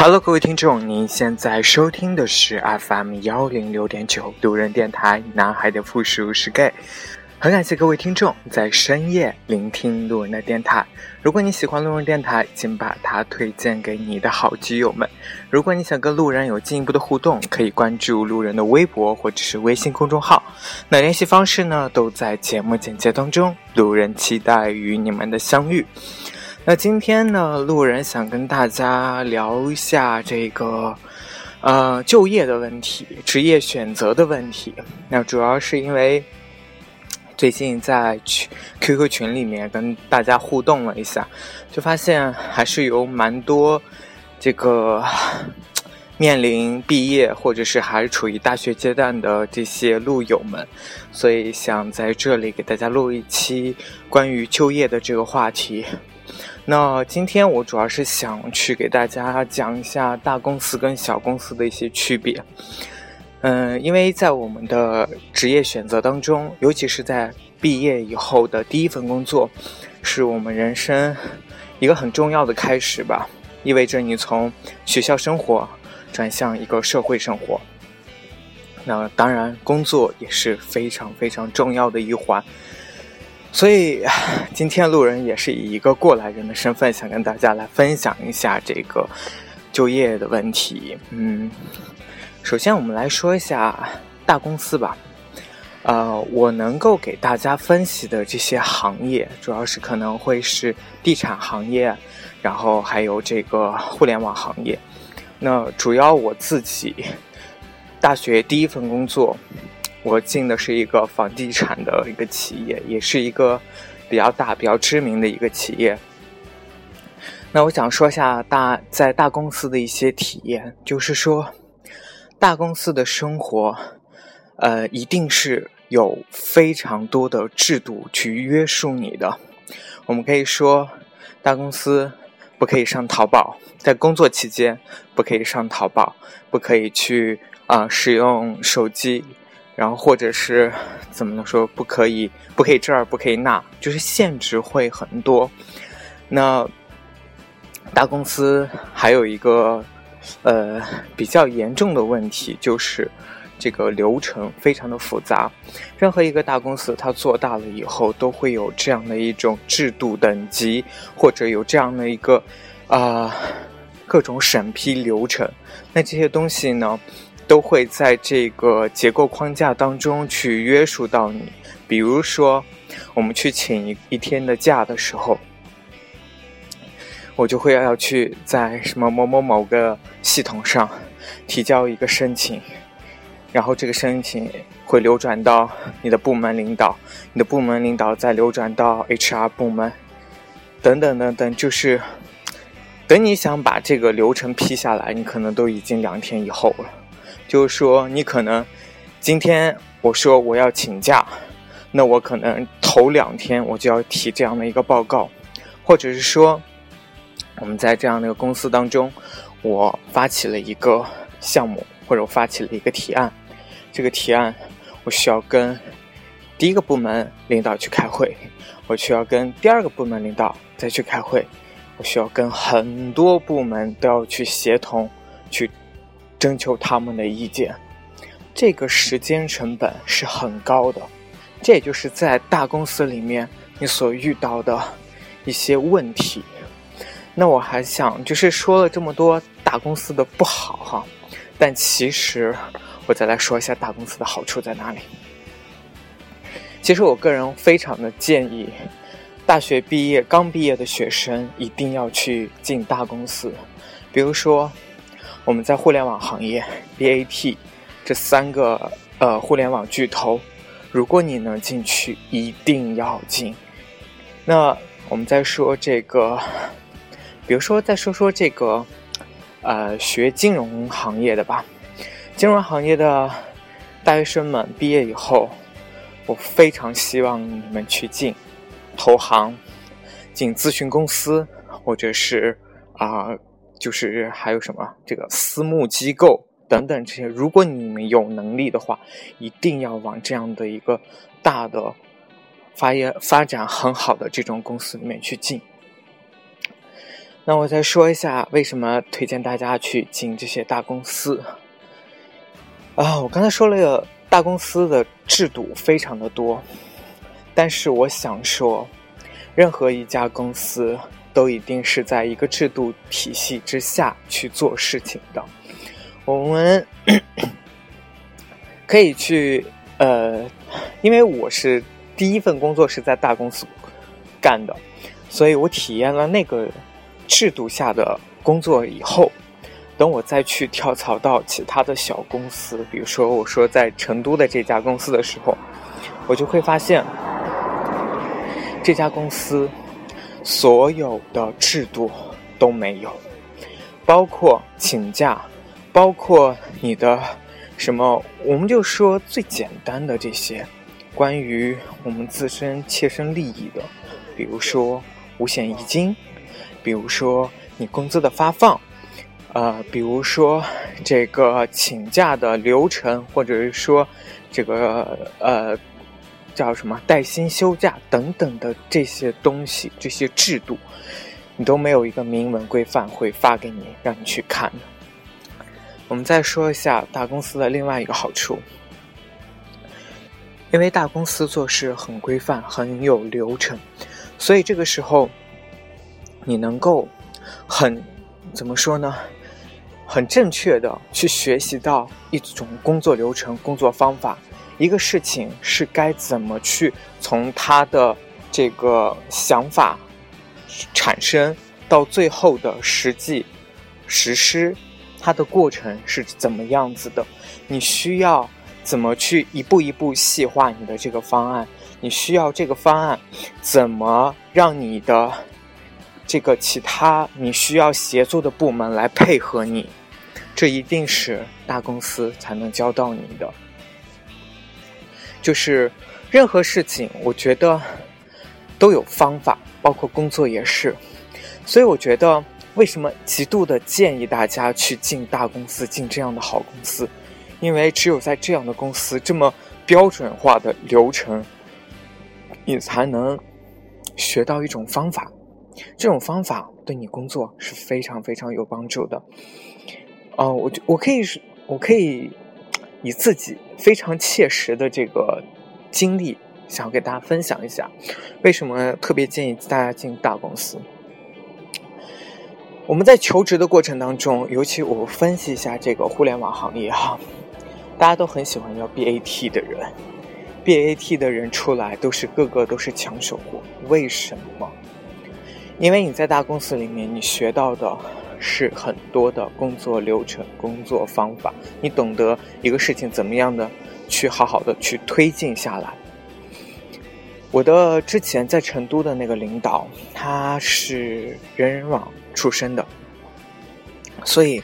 Hello， 各位听众，您现在收听的是 FM106.9 路人电台，男孩的复数是 gay。很感谢各位听众在深夜聆听路人的电台。如果你喜欢路人电台，请把它推荐给你的好基友们。如果你想跟路人有进一步的互动，可以关注路人的微博或者是微信公众号。那联系方式呢，都在节目简介当中。路人期待与你们的相遇。那今天呢，路人想跟大家聊一下这个就业的问题，职业选择的问题。那主要是因为最近在 QQ 群里面跟大家互动了一下，就发现还是有蛮多这个面临毕业或者是还处于大学阶段的这些路友们，所以想在这里给大家录一期关于就业的这个话题。那今天我主要是想去给大家讲一下大公司跟小公司的一些区别。因为在我们的职业选择当中，尤其是在毕业以后的第一份工作，是我们人生一个很重要的开始吧，意味着你从学校生活转向一个社会生活。那当然工作也是非常非常重要的一环。所以今天路人也是以一个过来人的身份，想跟大家来分享一下这个就业的问题。首先我们来说一下大公司吧。我能够给大家分析的这些行业，主要是可能会是地产行业，然后还有这个互联网行业。那主要我自己大学第一份工作，我进的是一个房地产的一个企业，也是一个比较大比较知名的一个企业。那我想说一下在大公司的一些体验，就是说大公司的生活一定是有非常多的制度去约束你的。我们可以说大公司不可以上淘宝，在工作期间不可以上淘宝，不可以去使用手机，然后或者是怎么说，不可以这儿不可以那，就是限制会很多。那大公司还有一个比较严重的问题，就是这个流程非常的复杂。任何一个大公司它做大了以后，都会有这样的一种制度等级，或者有这样的一个各种审批流程。那这些东西呢，都会在这个结构框架当中去约束到你。比如说我们去请一天的假的时候，我就会要去在什么某个系统上提交一个申请，然后这个申请会流转到你的部门领导，你的部门领导再流转到 HR 部门，等等等等，就是等你想把这个流程批下来，你可能都已经2天以后了。就是说你可能今天我说我要请假，那我可能头2天我就要提这样的一个报告。或者是说我们在这样的一个公司当中，我发起了一个项目，或者我发起了一个提案，这个提案我需要跟第一个部门领导去开会，我需要跟第2个部门领导再去开会，我需要跟很多部门都要去协同，去征求他们的意见。这个时间成本是很高的，这也就是在大公司里面你所遇到的一些问题。那我还想就是说了这么多大公司的不好哈，但其实我再来说一下大公司的好处在哪里。其实我个人非常的建议大学刚毕业的学生一定要去进大公司。比如说我们在互联网行业 BAT 这3个互联网巨头，如果你能进去一定要进。那我们再说这个，比如说再说这个学金融行业的吧。金融行业的大学生们毕业以后，我非常希望你们去进投行，进咨询公司，或者是就是还有什么这个私募机构等等这些。如果你们有能力的话，一定要往这样的一个大的发展很好的这种公司里面去进。 那我再说一下为什么推荐大家去进这些大公司我刚才说了大公司的制度非常的多，但是我想说任何一家公司都一定是在一个制度体系之下去做事情的。我们可以去因为我是第一份工作是在大公司干的，所以我体验了那个制度下的工作以后，等我再去跳槽到其他的小公司，比如说我说在成都的这家公司的时候，我就会发现这家公司所有的制度都没有，包括请假，包括你的什么，我们就说最简单的这些关于我们自身切身利益的，比如说五险一金，比如说你工资的发放，比如说这个请假的流程，或者是说这个叫什么带薪休假等等的这些东西，这些制度你都没有一个明文规范会发给你让你去看的。我们再说一下大公司的另外一个好处，因为大公司做事很规范，很有流程，所以这个时候你能够怎么说呢，很正确的去学习到一种工作流程、工作方法，一个事情是该怎么去从他的这个想法产生到最后的实际实施，它的过程是怎么样子的，你需要怎么去一步一步细化你的这个方案，你需要这个方案怎么让你的这个其他你需要协作的部门来配合你，这一定是大公司才能教到你的。就是任何事情我觉得都有方法，包括工作也是，所以我觉得为什么极度的建议大家去进大公司，进这样的好公司，因为只有在这样的公司这么标准化的流程，你才能学到一种方法，这种方法对你工作是非常非常有帮助的。我可以以自己非常切实的这个经历想要给大家分享一下，为什么特别建议大家进大公司。我们在求职的过程当中，尤其我分析一下这个互联网行业大家都很喜欢要 BAT 的人， BAT 的人出来个个都是抢手货。为什么？因为你在大公司里面你学到的是很多的工作流程、工作方法，你懂得一个事情怎么样的去好好的去推进下来。我的之前在成都的那个领导，他是人人网出身的，所以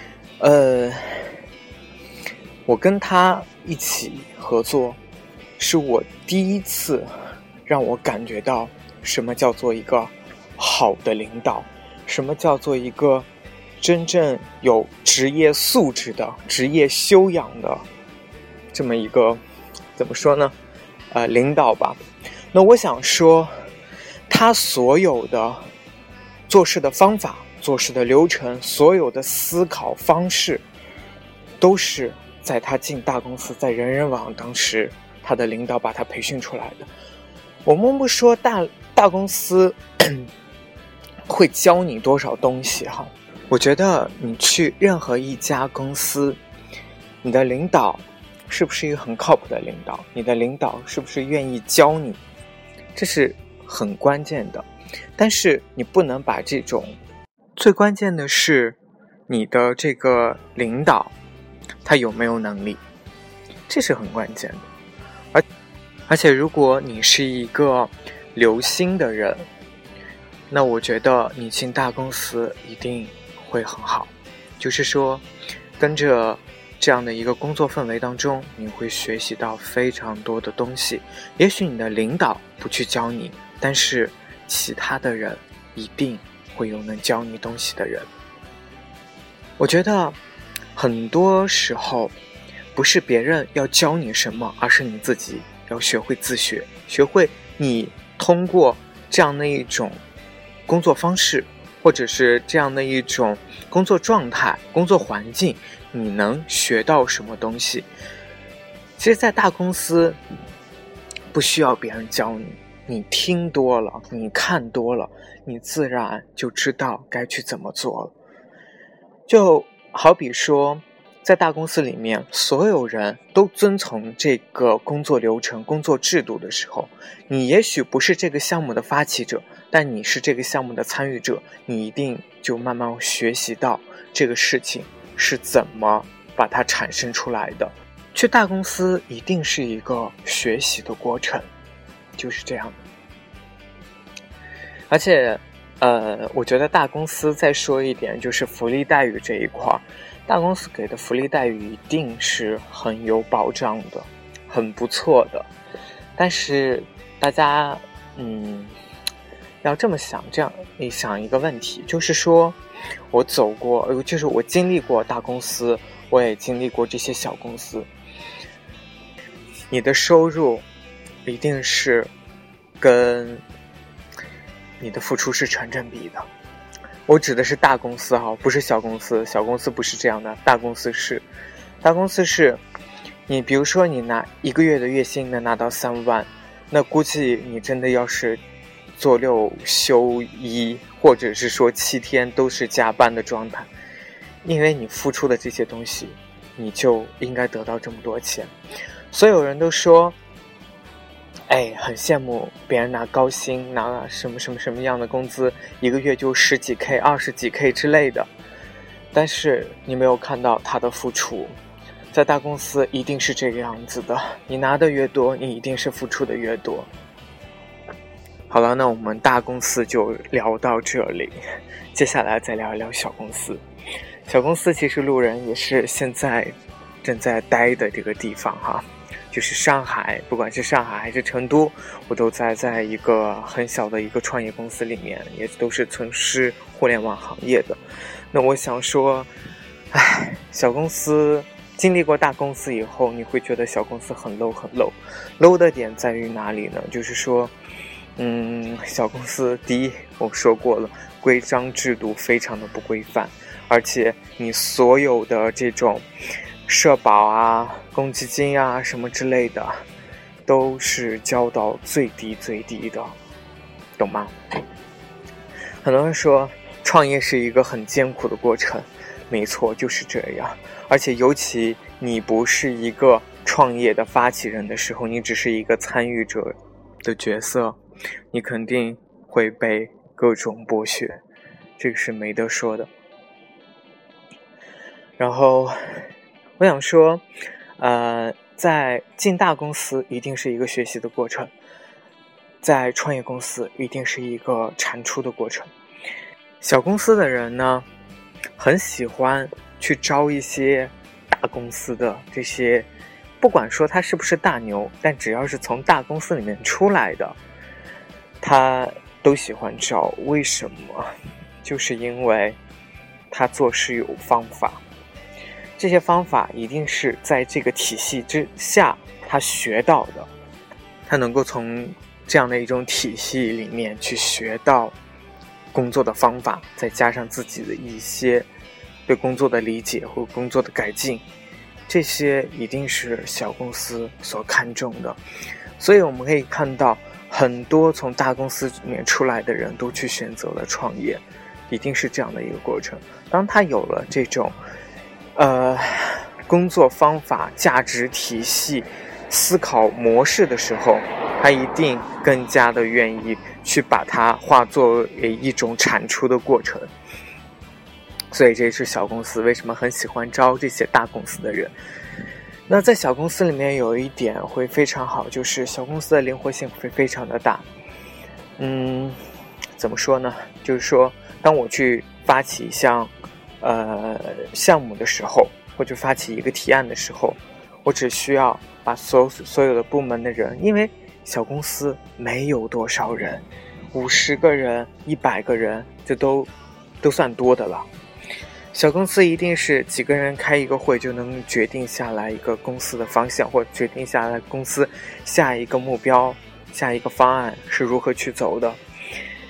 我跟他一起合作，是我第一次让我感觉到什么叫做一个好的领导，什么叫做一个真正有职业素质的、职业修养的这么一个怎么说呢领导吧。那我想说，他所有的做事的方法、做事的流程、所有的思考方式，都是在他进大公司，在人人网当时他的领导把他培训出来的。我们不说大公司会教你多少东西我觉得你去任何一家公司，你的领导是不是一个很靠谱的领导，你的领导是不是愿意教你，这是很关键的。但是你不能把这种，最关键的是你的这个领导他有没有能力，这是很关键的。而且如果你是一个留心的人，那我觉得你进大公司一定会很好，就是说跟着这样的一个工作氛围当中，你会学习到非常多的东西。也许你的领导不去教你，但是其他的人一定会有能教你东西的人。我觉得很多时候不是别人要教你什么，而是你自己要学会自学，学会你通过这样的一种工作方式， 或者是这样的一种工作状态、工作环境，你能学到什么东西。其实在大公司不需要别人教你，你听多了，你看多了，你自然就知道该去怎么做了。就好比说在大公司里面，所有人都遵从这个工作流程、工作制度的时候，你也许不是这个项目的发起者，但你是这个项目的参与者，你一定就慢慢学习到这个事情是怎么把它产生出来的。去大公司一定是一个学习的过程，就是这样的。而且我觉得大公司再说一点，就是福利待遇这一块，大公司给的福利待遇一定是很有保障的，很不错的。但是大家要这么想，这样你想一个问题，就是说我走过，就是我经历过大公司，我也经历过这些小公司，你的收入一定是跟你的付出是成正比的。我指的是大公司不是小公司，小公司不是这样的，大公司是你比如说你拿1个月的月薪能拿到3万，那估计你真的要是做6休1，或者是说7天都是加班的状态，因为你付出的这些东西，你就应该得到这么多钱。所有人都说很羡慕别人拿高薪，拿什么样的工资，1个月就10几 K、20几 K 之类的，但是你没有看到他的付出。在大公司一定是这个样子的，你拿的越多，你一定是付出的越多。好了，那我们大公司就聊到这里，接下来再聊一聊小公司。小公司其实路人也是现在正在待的这个地方就是上海，不管是上海还是成都，我都在一个很小的一个创业公司里面，也都是从事互联网行业的。那我想说，小公司经历过大公司以后，你会觉得小公司很 low 的点在于哪里呢？就是说小公司第一我说过了，规章制度非常的不规范，而且你所有的这种社保公积金什么之类的都是交到最低的，懂吗？很多人说创业是一个很艰苦的过程，没错，就是这样。而且尤其你不是一个创业的发起人的时候，你只是一个参与者的角色，你肯定会被各种剥削，这个是没得说的。然后我想说在进大公司一定是一个学习的过程，在创业公司一定是一个产出的过程。小公司的人呢，很喜欢去招一些大公司的这些，不管说他是不是大牛，但只要是从大公司里面出来的，他都喜欢招。为什么？就是因为他做事有方法，这些方法一定是在这个体系之下他学到的，他能够从这样的一种体系里面去学到工作的方法，再加上自己的一些对工作的理解或工作的改进，这些一定是小公司所看重的。所以我们可以看到很多从大公司里面出来的人都去选择了创业，一定是这样的一个过程。当他有了这种工作方法、价值体系、思考模式的时候，他一定更加的愿意去把它化作为一种产出的过程。所以这是小公司为什么很喜欢招这些大公司的人。那在小公司里面有一点会非常好，就是小公司的灵活性会非常的大。怎么说呢？就是说当我去发起一项项目的时候，或者发起一个提案的时候，我只需要把所有的部门的人，因为小公司没有多少人，50个人、100个人，这都算多的了。小公司一定是几个人开一个会就能决定下来一个公司的方向，或者决定下来公司下一个目标、下一个方案是如何去走的。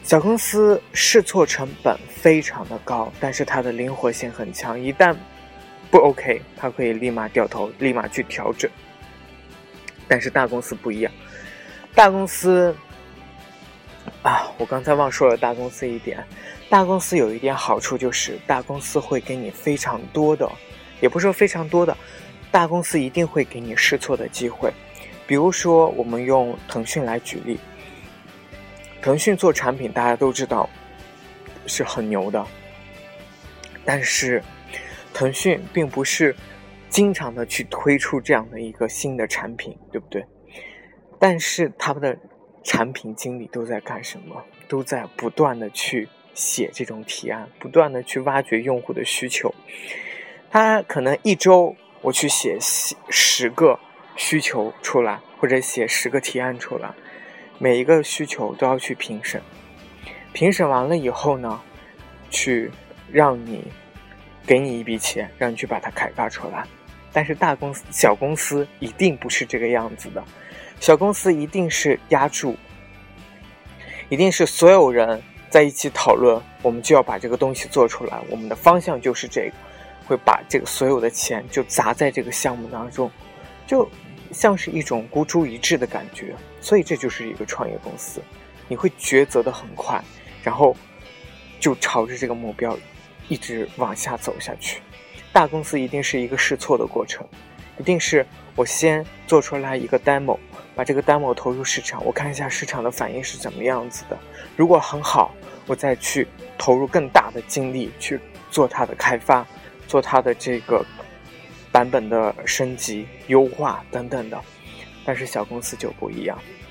小公司试错成本非常的高，但是它的灵活性很强，一旦不 OK， 它可以立马掉头，立马去调整。但是大公司不一样，大公司我刚才忘说了大公司一点，大公司有一点好处就是大公司会给你非常多的，也不是说非常多的，大公司一定会给你试错的机会。比如说我们用腾讯来举例，腾讯做产品大家都知道是很牛的，但是腾讯并不是经常的去推出这样的一个新的产品，对不对？但是他们的产品经理都在干什么？都在不断的去写这种提案，不断的去挖掘用户的需求。他可能一周我去写10个需求出来，或者写10个提案出来，每一个需求都要去评审，评审完了以后呢，去给你一笔钱，让你去把它开发出来。但是小公司一定不是这个样子的，小公司一定是压住，一定是所有人在一起讨论，我们就要把这个东西做出来，我们的方向就是这个，会把这个所有的钱就砸在这个项目当中，就像是一种孤注一掷的感觉。所以这就是一个创业公司，你会抉择的很快，然后就朝着这个目标一直往下走下去。大公司一定是一个试错的过程，一定是我先做出来一个 demo， 把这个 demo 投入市场，我看一下市场的反应是怎么样子的，如果很好，我再去投入更大的精力去做它的开发，做它的这个版本的升级优化等等的。但是小公司就不一样。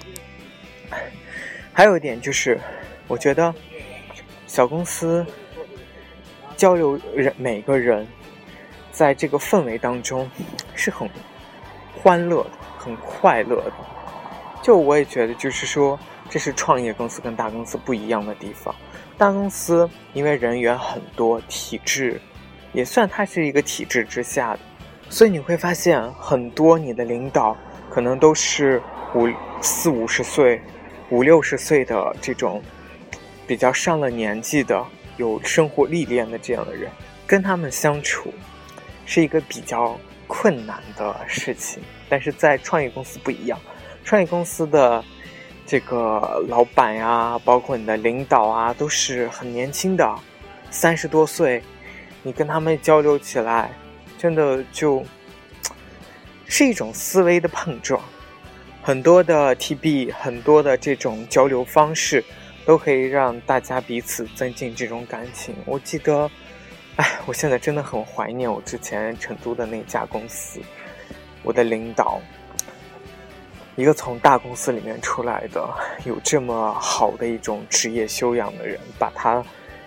还有一点就是，我觉得小公司交流每个人在这个氛围当中是很欢乐的，很快乐的。就我也觉得就是说，这是创业公司跟大公司不一样的地方。大公司因为人员很多，体制也算它是一个体制之下的，所以你会发现很多你的领导可能都是40-50岁、50-60岁的这种比较上了年纪的、有生活历练的这样的人，跟他们相处是一个比较困难的事情。但是在创业公司不一样，创业公司的这个老板呀，包括你的领导啊，都是很年轻的，30多岁，你跟他们交流起来真的就是一种思维的碰撞，很多的 TB， 很多的这种交流方式都可以让大家彼此增进这种感情。我记得我现在真的很怀念我之前成都的那家公司，我的领导，一个从大公司里面出来的，有这么好的一种职业修养的人，把他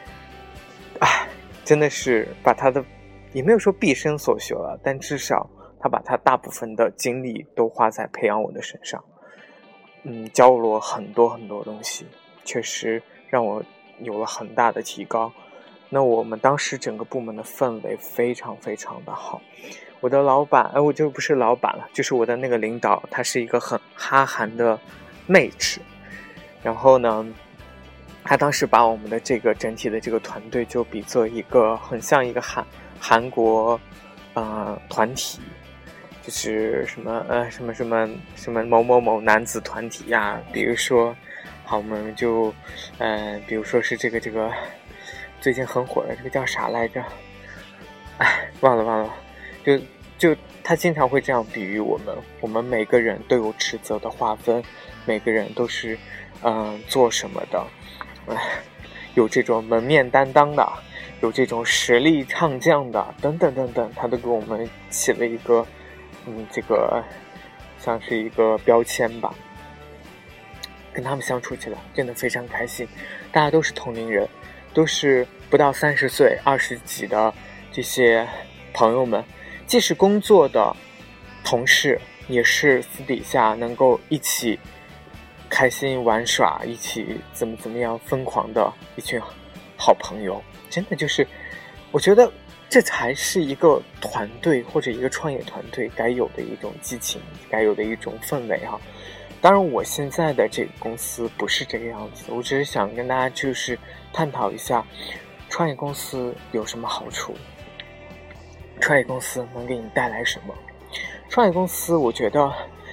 真的是把他的，也没有说毕生所学了，但至少他把他大部分的精力都花在培养我的身上，教了我很多很多东西，确实让我有了很大的提高。那我们当时整个部门的氛围非常非常的好。我的老板，我就不是老板了，就是我的那个领导，他是一个很哈韩的妹纸。然后呢，他当时把我们的这个整体的这个团队就比作一个很像一个韩国团体，就是什么某某某男子团体呀，比如说我们就比如说是这个最近很火的这个叫啥来着，忘了，就他经常会这样比喻我们每个人都有职责的划分，每个人都是做什么的，有这种门面担当的，有这种实力唱将的，等等等等，他都给我们起了一个这个像是一个标签吧。跟他们相处起来真的非常开心，大家都是同龄人，都是不到30岁20几的这些朋友们，既是工作的同事，也是私底下能够一起开心玩耍，一起怎么样疯狂的一群好朋友。真的就是我觉得这才是一个团队或者一个创业团队该有的一种激情，该有的一种氛围当然我现在的这个公司不是这个样子，我只是想跟大家就是探讨一下创业公司有什么好处，创业公司能给你带来什么。创业公司我觉得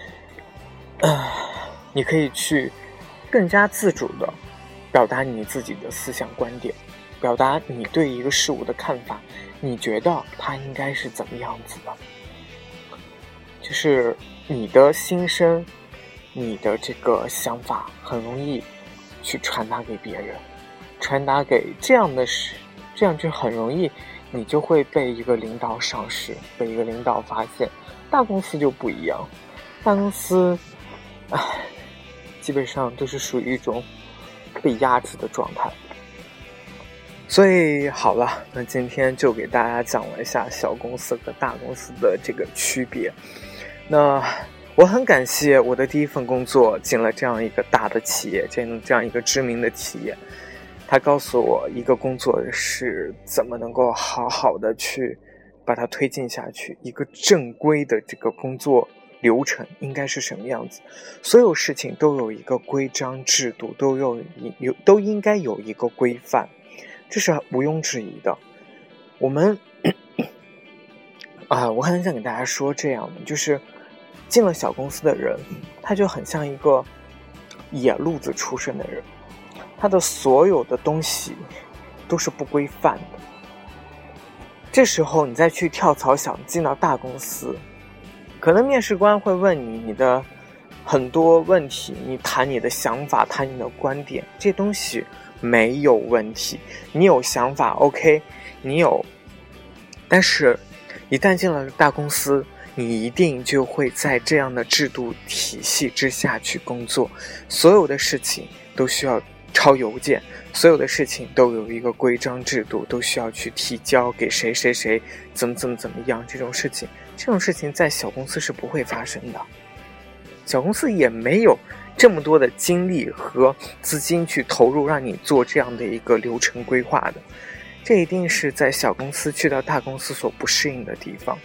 你可以去更加自主的表达你自己的思想观点，表达你对一个事物的看法，你觉得它应该是怎么样子的，就是你的心声，你的这个想法很容易去传达给别人，传达给这样就很容易你就会被一个领导赏识，被一个领导发现。大公司就不一样，大公司基本上都是属于一种被压制的状态。所以好了，那今天就给大家讲了一下小公司和大公司的这个区别。那我很感谢我的第一份工作进了这样一个大的企业，这样一个知名的企业，他告诉我一个工作是怎么能够好好的去把它推进下去，一个正规的这个工作流程应该是什么样子，所有事情都有一个规章制度，都应该有一个规范，这是毋庸置疑的。我很想给大家说这样的，就是进了小公司的人，他就很像一个野路子出身的人，他的所有的东西都是不规范的。这时候你再去跳槽想进到大公司，可能面试官会问你的很多问题，你谈你的想法，谈你的观点，这东西没有问题，你有想法 OK， 你有，但是一旦进了大公司，你一定就会在这样的制度体系之下去工作，所有的事情都需要抄邮件，所有的事情都有一个规章制度，都需要去提交给谁怎么样，这种事情在小公司是不会发生的。小公司也没有这么多的精力和资金去投入让你做这样的一个流程规划的，这一定是在小公司去到大公司所不适应的地方。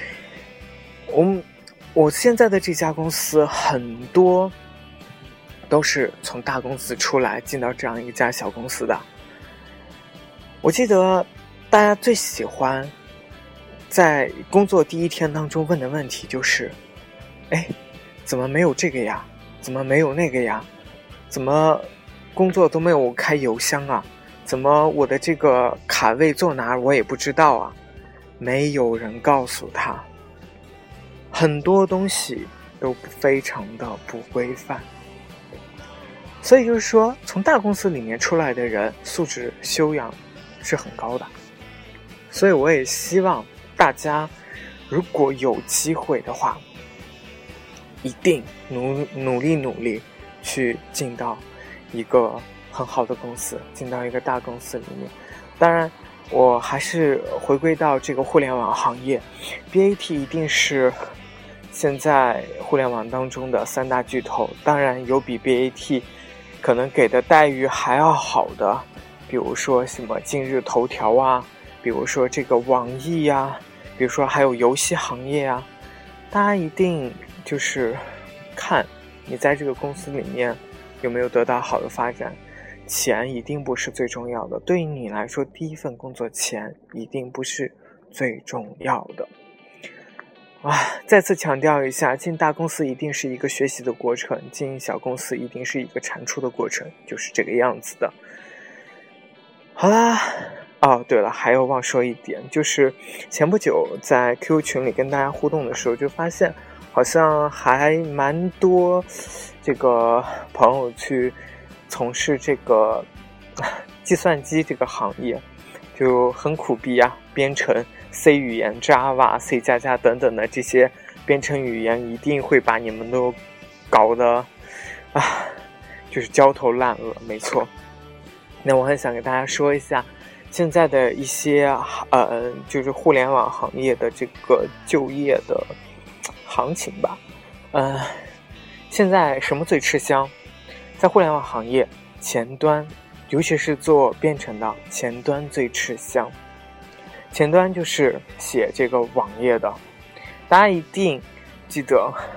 我现在的这家公司很多都是从大公司出来进到这样一家小公司的。我记得大家最喜欢在工作第一天当中问的问题就是怎么没有这个呀，怎么没有那个呀，怎么工作都没有开邮箱啊，怎么我的这个卡位坐哪儿我也不知道啊。没有人告诉他，很多东西都非常的不规范。所以就是说，从大公司里面出来的人素质修养是很高的。所以我也希望大家如果有机会的话，一定努力去进到一个很好的公司，进到一个大公司里面。当然我还是回归到这个互联网行业， BAT 一定是现在互联网当中的三大巨头，当然有比 BAT 可能给的待遇还要好的，比如说什么今日头条啊，比如说这个网易啊，比如说还有游戏行业啊。大家一定就是看你在这个公司里面有没有得到好的发展，钱一定不是最重要的，对于你来说第一份工作钱一定不是最重要的。再次强调一下，进大公司一定是一个学习的过程，进小公司一定是一个产出的过程，就是这个样子的。好啦，对了，还有忘说一点，就是前不久在 QQ 群里跟大家互动的时候，就发现好像还蛮多这个朋友去从事这个计算机这个行业，就很苦逼啊，编程 C 语言 Java、C++ 等等的这些编程语言一定会把你们都搞得就是焦头烂额，没错。那我很想给大家说一下现在的一些就是互联网行业的这个就业的行情吧。现在什么最吃香？在互联网行业前端，尤其是做编程的前端最吃香。前端就是写这个网页的，大家一定记得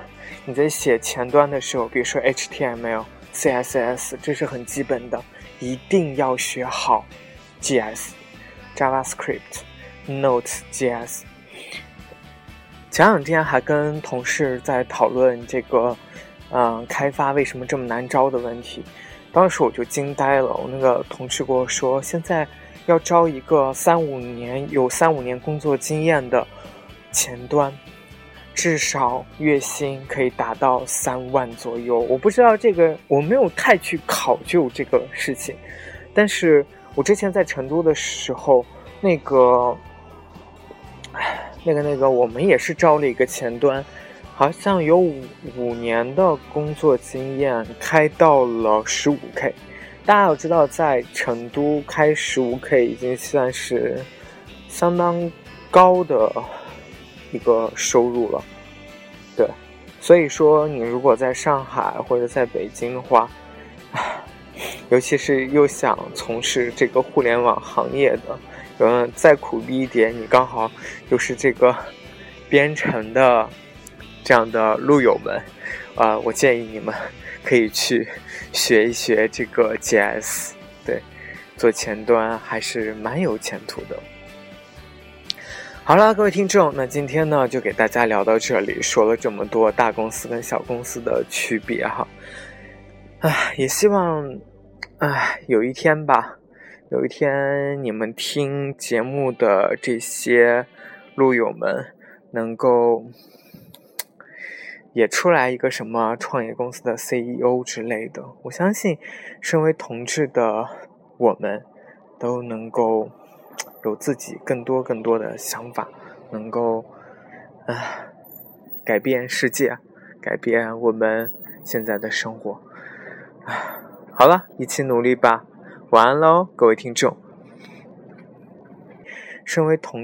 你在写前端的时候，比如说 HTML、CSS， 这是很基本的，一定要学好 GS、JavaScript、Node.js。前两天还跟同事在讨论这个开发为什么这么难招的问题，当时我就惊呆了。我那个同事跟我说，现在要招一个有3-5年工作经验的前端，至少月薪可以达到3万左右。我不知道这个，我没有太去考究这个事情，但是我之前在成都的时候，那个我们也是招了一个前端，好像有5年的工作经验，开到了15K。大家要知道，在成都开15K 已经算是相当高的一个收入了。对，所以说你如果在上海或者在北京的话，尤其是又想从事这个互联网行业的，再苦逼一点，你刚好又是这个编程的这样的路友们，我建议你们可以去学一学这个 GS， 对，做前端还是蛮有前途的。好了，各位听众，那今天呢就给大家聊到这里，说了这么多大公司跟小公司的区别哈，也希望有一天你们听节目的这些路友们能够也出来一个什么创业公司的 CEO 之类的。我相信身为同志的我们都能够有自己更多的想法，能够改变世界，改变我们现在的生活。好了，一起努力吧。晚安喽，各位听众。身为同